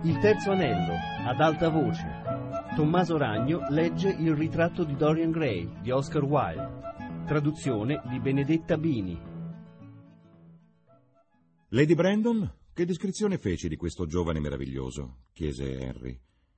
Il terzo anello, ad alta voce. Tommaso Ragno legge Il ritratto di Dorian Gray di Oscar Wilde. Traduzione di Benedetta Bini. Lady Brandon, che descrizione feci di questo giovane meraviglioso? Chiese Henry.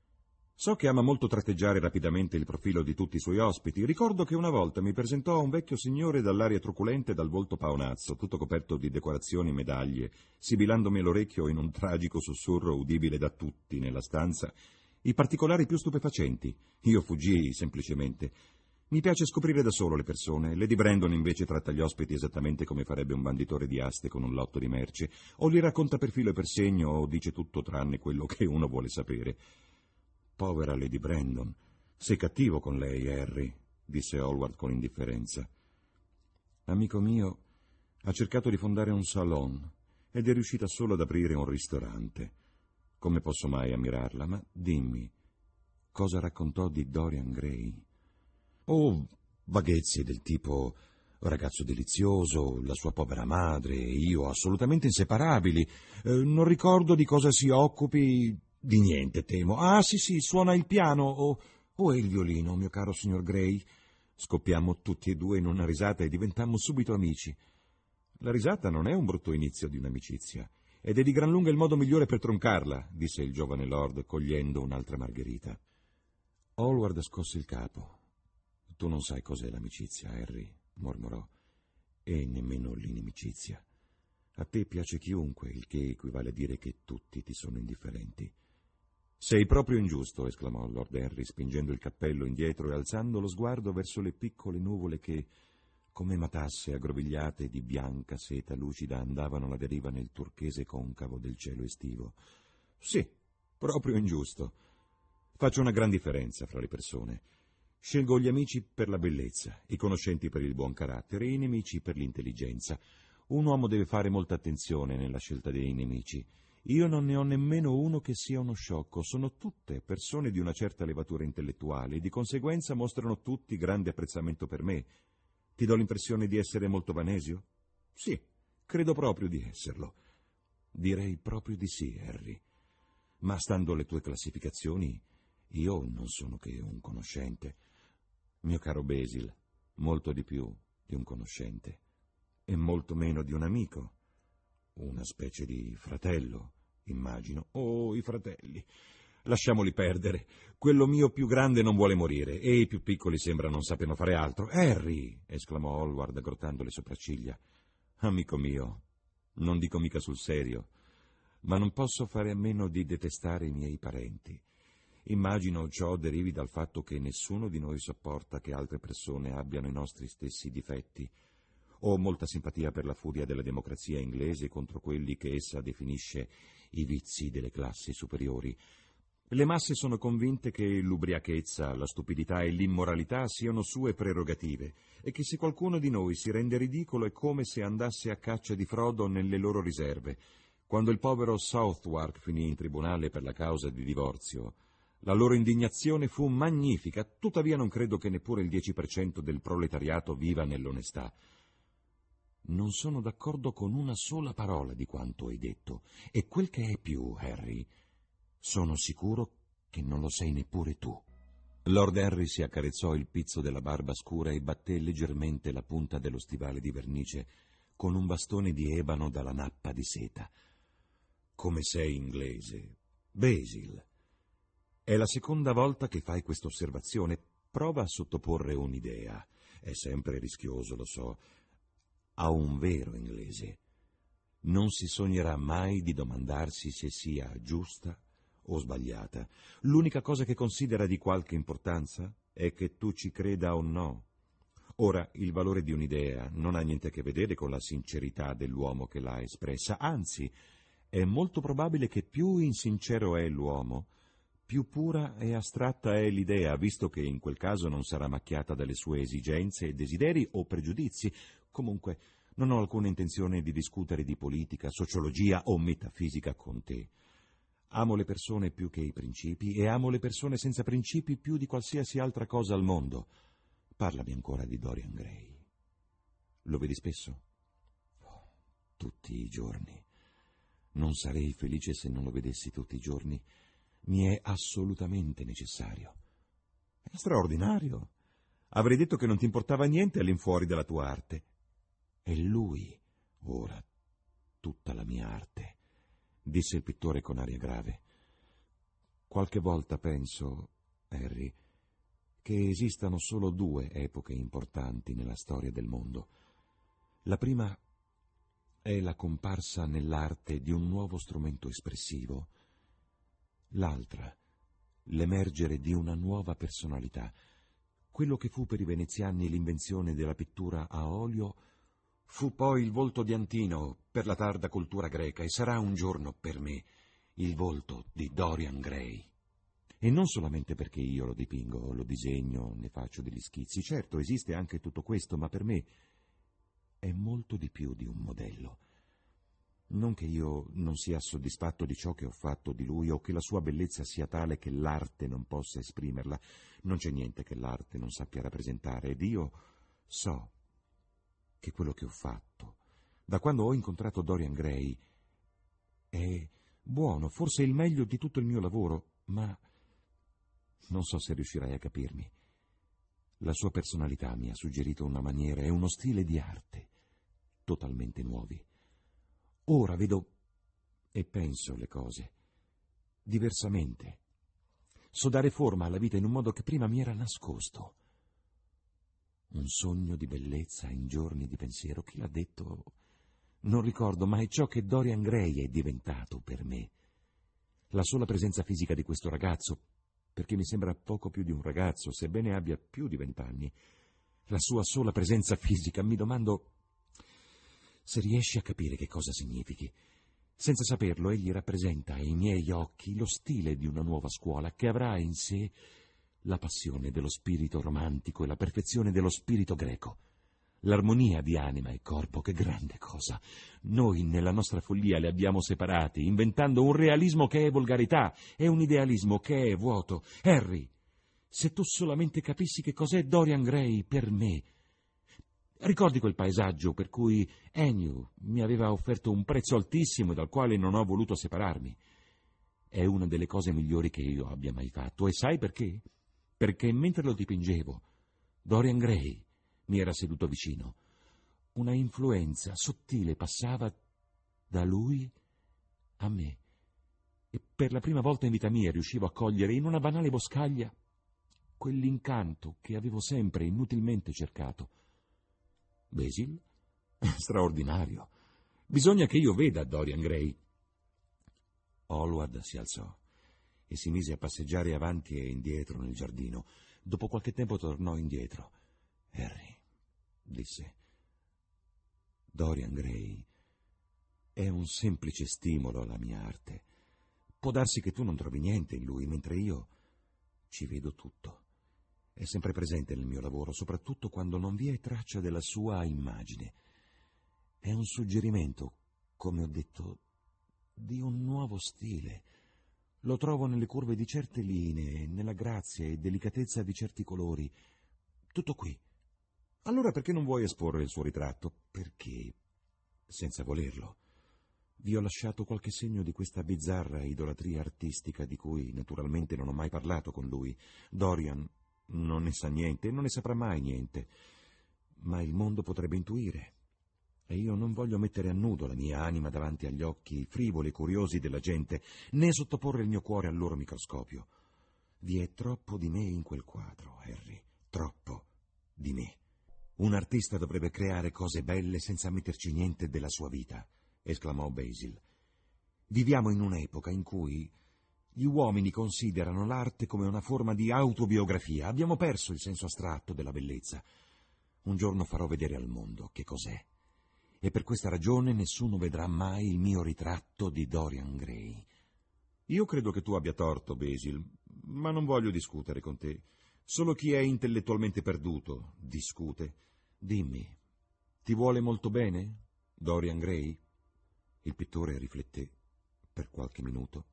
So che ama molto tratteggiare rapidamente il profilo di tutti i suoi ospiti. Ricordo che una volta mi presentò a un vecchio signore dall'aria truculente e dal volto paonazzo, tutto coperto di decorazioni e medaglie, sibilandomi all'orecchio in un tragico sussurro udibile da tutti nella stanza i particolari più stupefacenti. Io fuggii semplicemente. Mi piace scoprire da solo le persone. Lady Brandon invece tratta gli ospiti esattamente come farebbe un banditore di aste con un lotto di merce, o li racconta per filo e per segno, o dice tutto tranne quello che uno vuole sapere. Povera Lady Brandon. Sei cattivo con lei, Harry, disse Hallward con indifferenza. Amico mio, ha cercato di fondare un salon ed è riuscita solo ad aprire un ristorante. Come posso mai ammirarla? Ma dimmi, cosa raccontò di Dorian Gray? Oh, vaghezze del tipo ragazzo delizioso, la sua povera madre e io assolutamente inseparabili. Non ricordo di cosa si occupi. Di niente, temo. Ah, sì, suona il piano o è il violino, mio caro signor Gray. Scoppiammo tutti e due in una risata e diventammo subito amici. La risata non è un brutto inizio di un'amicizia, ed è di gran lunga il modo migliore per troncarla, disse il giovane lord, cogliendo un'altra margherita. Hallward scosse il capo. Tu non sai cos'è l'amicizia, Harry, mormorò, e nemmeno l'inimicizia. A te piace chiunque, il che equivale a dire che tutti ti sono indifferenti. Sei proprio ingiusto, esclamò Lord Henry, spingendo il cappello indietro e alzando lo sguardo verso le piccole nuvole che, come matasse aggrovigliate di bianca seta lucida, andavano alla deriva nel turchese concavo del cielo estivo. Sì, proprio ingiusto. Faccio una gran differenza fra le persone. Scelgo gli amici per la bellezza, i conoscenti per il buon carattere e i nemici per l'intelligenza. Un uomo deve fare molta attenzione nella scelta dei nemici. Io non ne ho nemmeno uno che sia uno sciocco. Sono tutte persone di una certa levatura intellettuale e di conseguenza mostrano tutti grande apprezzamento per me. Ti do l'impressione di essere molto vanesio? Sì, credo proprio di esserlo. Direi proprio di sì, Harry. Ma stando alle tue classificazioni, io non sono che un conoscente. Mio caro Basil, molto di più di un conoscente. E molto meno di un amico. Una specie di fratello, immagino. Oh, i fratelli. Lasciamoli perdere. Quello mio più grande non vuole morire, e i più piccoli sembra non sappiano fare altro. Harry, esclamò Hallward, aggrottando le sopracciglia. Amico mio, non dico mica sul serio, ma non posso fare a meno di detestare i miei parenti. Immagino ciò derivi dal fatto che nessuno di noi sopporta che altre persone abbiano i nostri stessi difetti. Ho molta simpatia per la furia della democrazia inglese contro quelli che essa definisce i vizi delle classi superiori. Le masse sono convinte che l'ubriachezza, la stupidità e l'immoralità siano sue prerogative e che se qualcuno di noi si rende ridicolo è come se andasse a caccia di frodo nelle loro riserve. Quando il povero Southwark finì in tribunale per la causa di divorzio, la loro indignazione fu magnifica, tuttavia non credo che neppure il 10% del proletariato viva nell'onestà. Non sono d'accordo con una sola parola di quanto hai detto, e quel che è più, Harry, sono sicuro che non lo sei neppure tu. Lord Henry si accarezzò il pizzo della barba scura e batté leggermente la punta dello stivale di vernice con un bastone di ebano dalla nappa di seta. Come sei inglese, Basil. È la seconda volta che fai questa osservazione. Prova a sottoporre un'idea. È sempre rischioso, lo so. A un vero inglese. Non si sognerà mai di domandarsi se sia giusta o sbagliata. L'unica cosa che considera di qualche importanza è che tu ci creda o no. Ora, il valore di un'idea non ha niente a che vedere con la sincerità dell'uomo che l'ha espressa, anzi, è molto probabile che più insincero è l'uomo, più pura e astratta è l'idea, visto che in quel caso non sarà macchiata dalle sue esigenze e desideri o pregiudizi. Comunque, non ho alcuna intenzione di discutere di politica, sociologia o metafisica con te. Amo le persone più che i principi e amo le persone senza principi più di qualsiasi altra cosa al mondo. Parlami ancora di Dorian Gray. Lo vedi spesso? Oh, tutti i giorni. Non sarei felice se non lo vedessi tutti i giorni. Mi è assolutamente necessario. È straordinario. Avrei detto che non ti importava niente all'infuori della tua arte. È lui, ora, tutta la mia arte, disse il pittore con aria grave. Qualche volta penso, Harry, che esistano solo due epoche importanti nella storia del mondo. La prima è la comparsa nell'arte di un nuovo strumento espressivo. L'altra, l'emergere di una nuova personalità. Quello che fu per i veneziani l'invenzione della pittura a olio fu poi il volto di Antino per la tarda cultura greca e sarà un giorno per me il volto di Dorian Gray. E non solamente perché io lo dipingo, lo disegno, ne faccio degli schizzi. Certo, esiste anche tutto questo, ma per me è molto di più di un modello. Non che io non sia soddisfatto di ciò che ho fatto di lui o che la sua bellezza sia tale che l'arte non possa esprimerla. Non c'è niente che l'arte non sappia rappresentare ed io so che quello che ho fatto, da quando ho incontrato Dorian Gray, è buono, forse il meglio di tutto il mio lavoro, ma non so se riuscirai a capirmi. La sua personalità mi ha suggerito una maniera e uno stile di arte totalmente nuovi. Ora vedo e penso le cose diversamente. So dare forma alla vita in un modo che prima mi era nascosto. Un sogno di bellezza in giorni di pensiero. Chi l'ha detto? Non ricordo, ma è ciò che Dorian Gray è diventato per me. La sola presenza fisica di questo ragazzo, perché mi sembra poco più di un ragazzo, sebbene abbia più di 20 anni, la sua sola presenza fisica, mi domando se riesci a capire che cosa significhi. Senza saperlo, egli rappresenta ai miei occhi lo stile di una nuova scuola che avrà in sé la passione dello spirito romantico e la perfezione dello spirito greco. L'armonia di anima e corpo, che grande cosa! Noi nella nostra follia li abbiamo separati, inventando un realismo che è volgarità e un idealismo che è vuoto. Harry, se tu solamente capissi che cos'è Dorian Gray per me. Ricordi quel paesaggio per cui Ennio mi aveva offerto un prezzo altissimo e dal quale non ho voluto separarmi? È una delle cose migliori che io abbia mai fatto. E sai perché? Perché mentre lo dipingevo, Dorian Gray mi era seduto vicino. Una influenza sottile passava da lui a me. E per la prima volta in vita mia riuscivo a cogliere in una banale boscaglia quell'incanto che avevo sempre inutilmente cercato. Basil? Straordinario. Bisogna che io veda Dorian Gray. Hallward si alzò e si mise a passeggiare avanti e indietro nel giardino. Dopo qualche tempo tornò indietro. Harry, disse, Dorian Gray è un semplice stimolo alla mia arte. Può darsi che tu non trovi niente in lui, mentre io ci vedo tutto. È sempre presente nel mio lavoro, soprattutto quando non vi è traccia della sua immagine. È un suggerimento, come ho detto, di un nuovo stile. Lo trovo nelle curve di certe linee, nella grazia e delicatezza di certi colori. Tutto qui. Allora perché non vuoi esporre il suo ritratto? Perché, senza volerlo, vi ho lasciato qualche segno di questa bizzarra idolatria artistica di cui naturalmente non ho mai parlato con lui. Dorian non ne sa niente e non ne saprà mai niente, ma il mondo potrebbe intuire. E io non voglio mettere a nudo la mia anima davanti agli occhi frivoli e curiosi della gente, né sottoporre il mio cuore al loro microscopio. Vi è troppo di me in quel quadro, Harry, troppo di me. Un artista dovrebbe creare cose belle senza metterci niente della sua vita, esclamò Basil. Viviamo in un'epoca in cui gli uomini considerano l'arte come una forma di autobiografia. Abbiamo perso il senso astratto della bellezza. Un giorno farò vedere al mondo che cos'è. E per questa ragione nessuno vedrà mai il mio ritratto di Dorian Gray. Io credo che tu abbia torto, Basil, ma non voglio discutere con te. Solo chi è intellettualmente perduto discute. Dimmi, ti vuole molto bene, Dorian Gray? Il pittore rifletté per qualche minuto.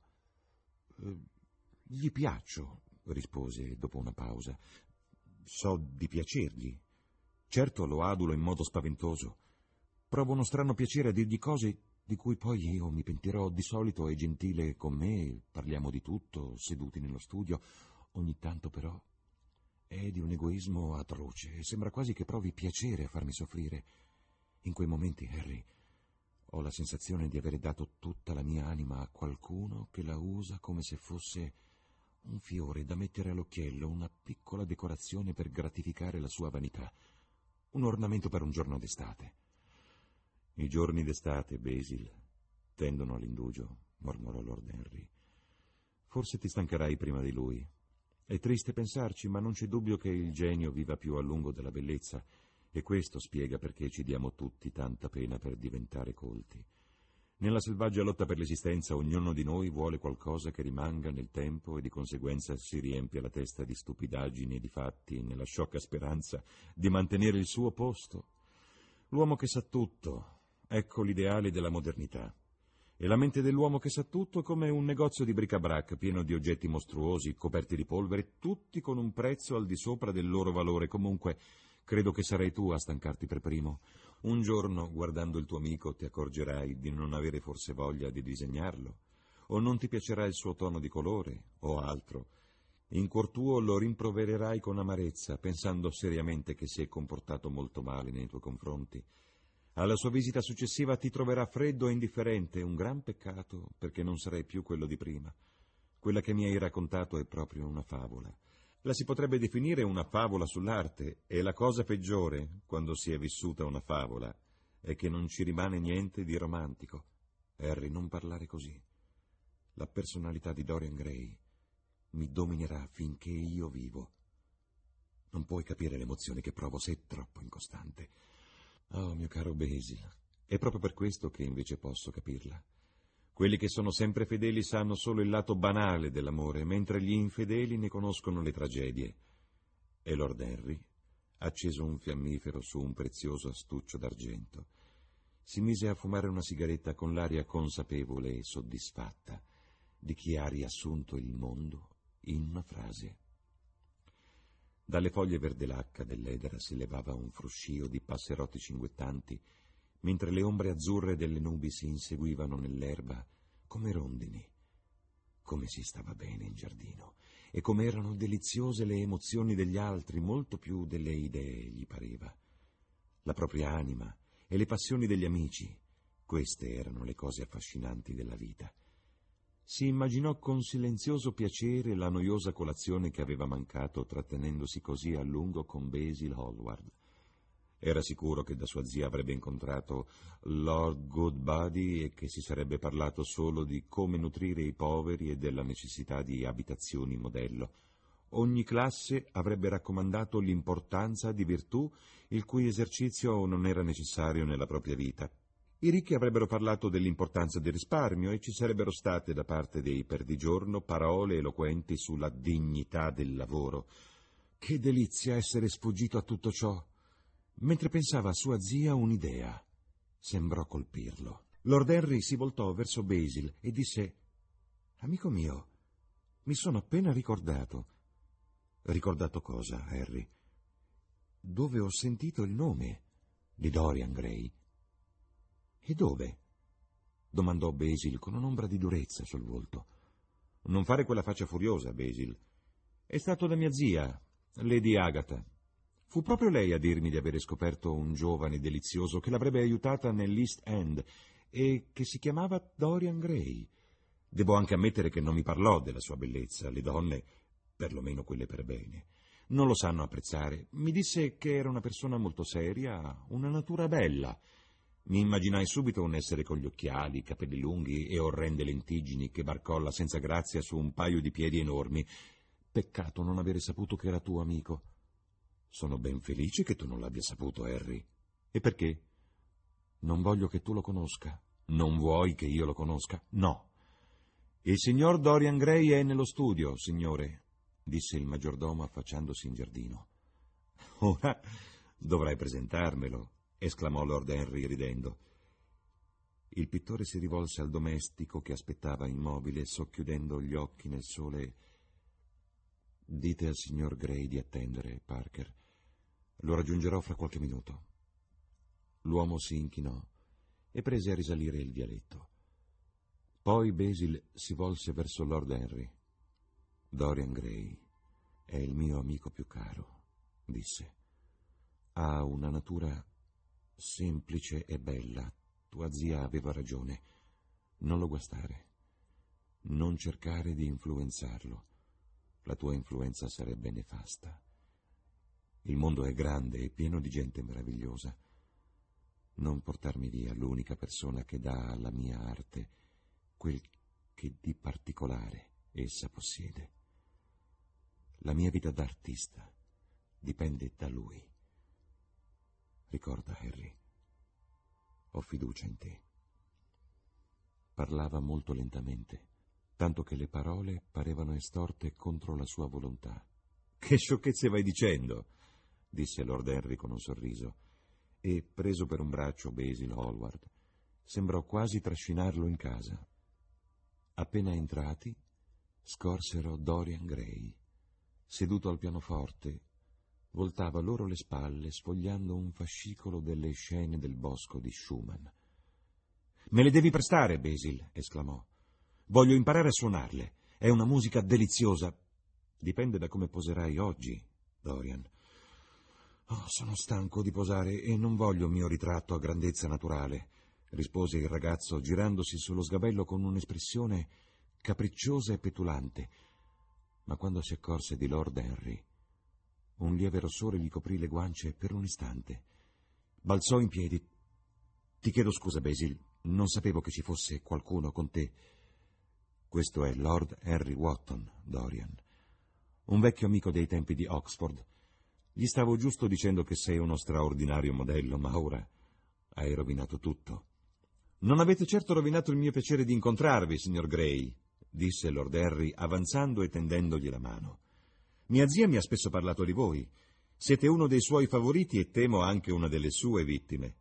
Gli piaccio, rispose dopo una pausa. So di piacergli. Certo lo adulo in modo spaventoso. Provo uno strano piacere a dirgli cose di cui poi io mi pentirò. Di solito è gentile con me, parliamo di tutto, seduti nello studio. Ogni tanto però è di un egoismo atroce e sembra quasi che provi piacere a farmi soffrire. In quei momenti, Harry, ho la sensazione di avere dato tutta la mia anima a qualcuno che la usa come se fosse un fiore da mettere all'occhiello, una piccola decorazione per gratificare la sua vanità, un ornamento per un giorno d'estate. I giorni d'estate, Basil, tendono all'indugio, mormorò Lord Henry. Forse ti stancherai prima di lui. È triste pensarci, ma non c'è dubbio che il genio viva più a lungo della bellezza, e questo spiega perché ci diamo tutti tanta pena per diventare colti. Nella selvaggia lotta per l'esistenza ognuno di noi vuole qualcosa che rimanga nel tempo e di conseguenza si riempie la testa di stupidaggini e di fatti nella sciocca speranza di mantenere il suo posto. L'uomo che sa tutto, ecco l'ideale della modernità. E la mente dell'uomo che sa tutto è come un negozio di bric-a-brac pieno di oggetti mostruosi, coperti di polvere, tutti con un prezzo al di sopra del loro valore. Comunque, credo che sarai tu a stancarti per primo. Un giorno, guardando il tuo amico, ti accorgerai di non avere forse voglia di disegnarlo, o non ti piacerà il suo tono di colore, o altro. In cuor tuo lo rimprovererai con amarezza, pensando seriamente che si è comportato molto male nei tuoi confronti. Alla sua visita successiva ti troverà freddo e indifferente, un gran peccato, perché non sarai più quello di prima. Quella che mi hai raccontato è proprio una favola. La si potrebbe definire una favola sull'arte, e la cosa peggiore, quando si è vissuta una favola, è che non ci rimane niente di romantico. Harry, non parlare così. La personalità di Dorian Gray mi dominerà finché io vivo. Non puoi capire l'emozione che provo, sei troppo incostante. Oh, mio caro Basil, è proprio per questo che invece posso capirla. Quelli che sono sempre fedeli sanno solo il lato banale dell'amore, mentre gli infedeli ne conoscono le tragedie. E Lord Henry ha acceso un fiammifero su un prezioso astuccio d'argento. Si mise a fumare una sigaretta con l'aria consapevole e soddisfatta di chi ha riassunto il mondo in una frase. Dalle foglie verde lacca dell'edera si levava un fruscio di passerotti cinguettanti, mentre le ombre azzurre delle nubi si inseguivano nell'erba come rondini. Come si stava bene in giardino, e come erano deliziose le emozioni degli altri, molto più delle idee, gli pareva. La propria anima e le passioni degli amici, queste erano le cose affascinanti della vita. Si immaginò con silenzioso piacere la noiosa colazione che aveva mancato trattenendosi così a lungo con Basil Hallward. Era sicuro che da sua zia avrebbe incontrato Lord Goodbody e che si sarebbe parlato solo di come nutrire i poveri e della necessità di abitazioni modello. Ogni classe avrebbe raccomandato l'importanza di virtù il cui esercizio non era necessario nella propria vita. I ricchi avrebbero parlato dell'importanza del risparmio e ci sarebbero state da parte dei perdigiorno parole eloquenti sulla dignità del lavoro. Che delizia essere sfuggito a tutto ciò! Mentre pensava a sua zia, un'idea sembrò colpirlo. Lord Henry si voltò verso Basil e disse: «Amico mio, mi sono appena ricordato». «Ricordato cosa, Harry?» «Dove ho sentito il nome di Dorian Gray». «E dove?» domandò Basil con un'ombra di durezza sul volto. «Non fare quella faccia furiosa, Basil. È stato da mia zia, Lady Agatha. Fu proprio lei a dirmi di avere scoperto un giovane delizioso che l'avrebbe aiutata nell'East End e che si chiamava Dorian Gray. Devo anche ammettere che non mi parlò della sua bellezza. Le donne, perlomeno quelle per bene, non lo sanno apprezzare. Mi disse che era una persona molto seria, una natura bella. Mi immaginai subito un essere con gli occhiali, i capelli lunghi e orrende lentiggini che barcolla senza grazia su un paio di piedi enormi. Peccato non avere saputo che era tuo amico». «Sono ben felice che tu non l'abbia saputo, Harry». «E perché?» «Non voglio che tu lo conosca». «Non vuoi che io lo conosca?» «No». «Il signor Dorian Gray è nello studio, signore», disse il maggiordomo affacciandosi in giardino. «Ora dovrai presentarmelo», esclamò Lord Henry ridendo. Il pittore si rivolse al domestico che aspettava immobile, socchiudendo gli occhi nel sole. «Dite al signor Gray di attendere, Parker. Lo raggiungerò fra qualche minuto». L'uomo si inchinò e prese a risalire il vialetto. Poi Basil si volse verso Lord Henry. «Dorian Gray è il mio amico più caro», disse. «Ha una natura semplice e bella. Tua zia aveva ragione. Non lo guastare. Non cercare di influenzarlo. La tua influenza sarebbe nefasta. Il mondo è grande e pieno di gente meravigliosa. Non portarmi via l'unica persona che dà alla mia arte quel che di particolare essa possiede. La mia vita d'artista dipende da lui. Ricorda, Harry, ho fiducia in te». Parlava molto lentamente, tanto che le parole parevano estorte contro la sua volontà. «Che sciocchezze vai dicendo?» disse Lord Henry con un sorriso, e, preso per un braccio Basil Hallward, sembrò quasi trascinarlo in casa. Appena entrati, scorsero Dorian Gray. Seduto al pianoforte, voltava loro le spalle sfogliando un fascicolo delle scene del bosco di Schumann. «Me le devi prestare, Basil», esclamò. «Voglio imparare a suonarle. È una musica deliziosa». «Dipende da come poserai oggi, Dorian». «Oh, sono stanco di posare e non voglio il mio ritratto a grandezza naturale», rispose il ragazzo, girandosi sullo sgabello con un'espressione capricciosa e petulante. Ma quando si accorse di Lord Henry, un lieve rossore gli coprì le guance per un istante. Balzò in piedi. «Ti chiedo scusa, Basil, non sapevo che ci fosse qualcuno con te». «Questo è Lord Henry Wotton, Dorian, un vecchio amico dei tempi di Oxford. Gli stavo giusto dicendo che sei uno straordinario modello, ma ora hai rovinato tutto». «Non avete certo rovinato il mio piacere di incontrarvi, signor Gray», disse Lord Henry, avanzando e tendendogli la mano. «Mia zia mi ha spesso parlato di voi. Siete uno dei suoi favoriti e temo anche una delle sue vittime».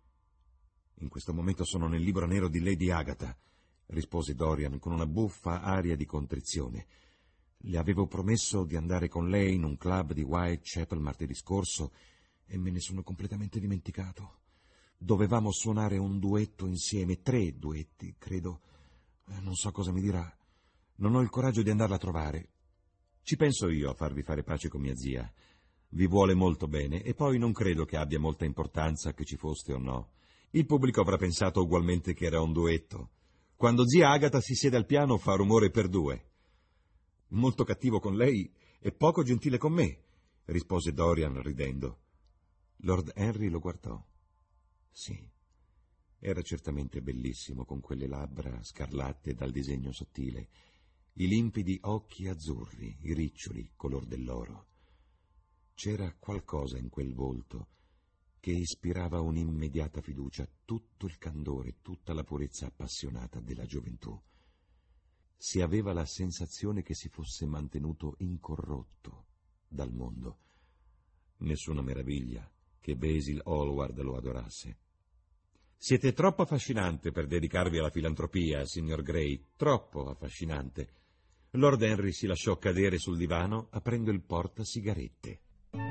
«In questo momento sono nel libro nero di Lady Agatha», rispose Dorian con una buffa aria di contrizione. «Le avevo promesso di andare con lei in un club di Whitechapel martedì scorso e me ne sono completamente dimenticato. Dovevamo suonare un duetto insieme, 3 duetti, credo. Non so cosa mi dirà. Non ho il coraggio di andarla a trovare. Ci penso io a farvi fare pace con mia zia. Vi vuole molto bene e poi non credo che abbia molta importanza che ci foste o no. Il pubblico avrà pensato ugualmente che era un duetto. Quando zia Agatha si siede al piano fa rumore per 2. Molto cattivo con lei e poco gentile con me», rispose Dorian ridendo. Lord Henry lo guardò. Sì, era certamente bellissimo con quelle labbra scarlatte dal disegno sottile, i limpidi occhi azzurri, i riccioli color dell'oro. C'era qualcosa in quel volto che ispirava un'immediata fiducia, tutto il candore, tutta la purezza appassionata della gioventù. Si aveva la sensazione che si fosse mantenuto incorrotto dal mondo. Nessuna meraviglia che Basil Hallward lo adorasse. «Siete troppo affascinante per dedicarvi alla filantropia, signor Gray, troppo affascinante». Lord Henry si lasciò cadere sul divano aprendo il portasigarette.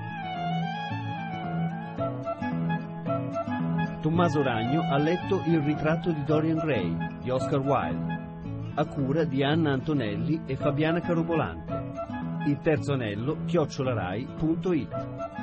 Tommaso Ragno ha letto Il ritratto di Dorian Gray di Oscar Wilde, a cura di Anna Antonelli e Fabiana Carobolante. Il terzo anello @rai.it